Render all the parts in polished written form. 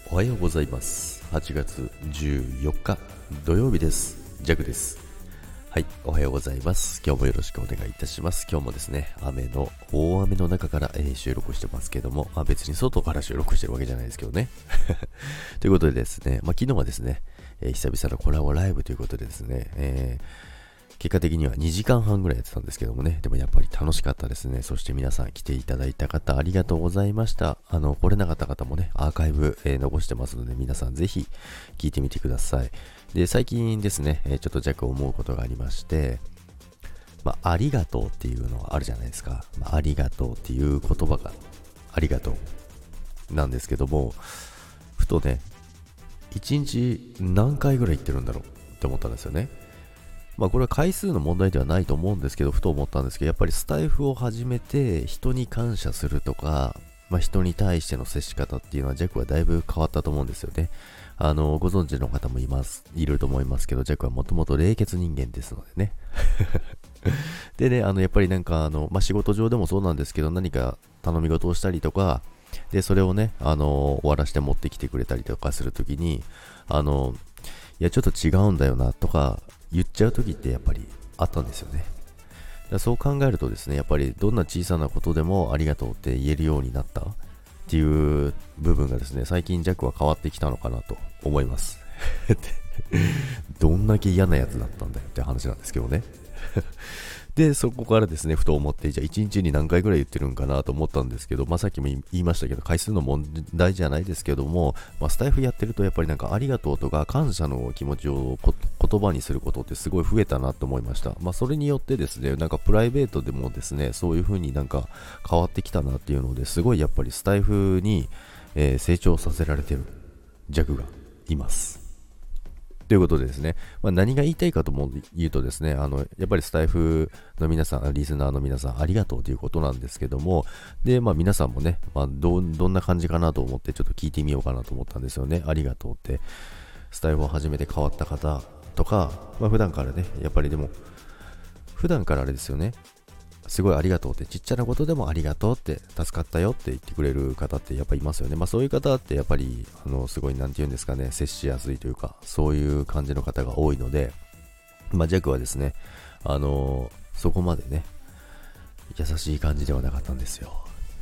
おはようございます。8月14日土曜日です。ジャクです。はい、おはようございます。今日もよろしくお願いいたします。今日もですね、大雨の中から、収録してますけども、別に外から収録してるわけじゃないですけどね。ということでですね、昨日はですね、久々のコラボライブということでですね、結果的には2時間半ぐらいやってたんですけどもね、でもやっぱり楽しかったですね。そして皆さん来ていただいた方ありがとうございました。来れなかった方もね、アーカイブ、残してますので皆さんぜひ聞いてみてください。で、最近ですね、ちょっと弱思うことがありまして、ありがとうっていうのはあるじゃないですか。ありがとうっていう言葉がありがとうなんですけども、ふとね、1日何回ぐらい言ってるんだろうって思ったんですよね。これは回数の問題ではないと思うんですけど、ふと思ったんですけど、やっぱりスタイフを始めて人に感謝するとか、人に対しての接し方っていうのはジャックはだいぶ変わったと思うんですよね。ご存知の方もいると思いますけど、ジャックはもともと冷血人間ですのでね。でね、やっぱり仕事上でもそうなんですけど、何か頼み事をしたりとか、で、それをね、終わらして持ってきてくれたりとかするときに、いや、ちょっと違うんだよなとか言っちゃう時ってやっぱりあったんですよね。そう考えるとですね、やっぱりどんな小さなことでもありがとうって言えるようになったっていう部分がですね、最近弱は変わってきたのかなと思います。どんだけ嫌なやつだったんだよって話なんですけどね。で、そこからですね、ふと思って、じゃあ1日に何回ぐらい言ってるんかなと思ったんですけど、さっきも言いましたけど、回数の問題じゃないですけども、スタイフやってるとやっぱりありがとうとか感謝の気持ちを言葉にすることってすごい増えたなと思いました。それによってですね、プライベートでもですね、そういう風に変わってきたなっていうので、すごいやっぱりスタイフに、成長させられてる弱がいます。ということでですね、何が言いたいかと言うとですね、やっぱりスタイフの皆さん、リスナーの皆さん、ありがとうということなんですけども、で、皆さんもね、どんな感じかなと思って、ちょっと聞いてみようかなと思ったんですよね。ありがとうって、スタイフを始めて変わった方とか、普段からね、やっぱりでも、普段からあれですよね、すごいありがとうって、ちっちゃなことでもありがとうって、助かったよって言ってくれる方ってやっぱいますよね。そういう方ってやっぱり、すごいなんて言うんですかね、接しやすいというか、そういう感じの方が多いので、ジャックはですね、そこまでね、優しい感じではなかったんですよ。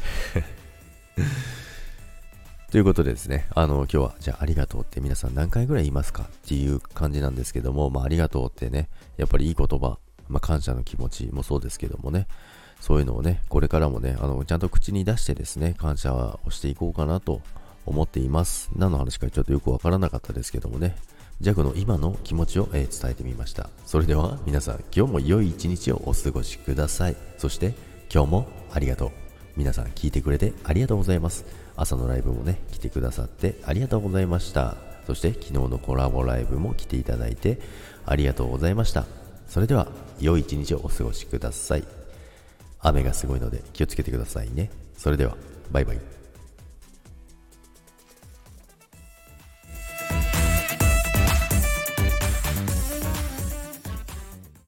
ということでですね、今日は、じゃあありがとうって皆さん何回ぐらい言いますかっていう感じなんですけども、ありがとうってね、やっぱりいい言葉、感謝の気持ちもそうですけどもね、そういうのをね、これからもね、ちゃんと口に出してですね、感謝をしていこうかなと思っています。何の話かちょっとよくわからなかったですけどもね、ジャクの今の気持ちを、伝えてみました。それでは皆さん、今日も良い一日をお過ごしください。そして、今日もありがとう。皆さん聞いてくれてありがとうございます。朝のライブもね、来てくださってありがとうございました。そして昨日のコラボライブも来ていただいてありがとうございました。それでは良い一日をお過ごしください。雨がすごいので気をつけてくださいね。それではバイバイ。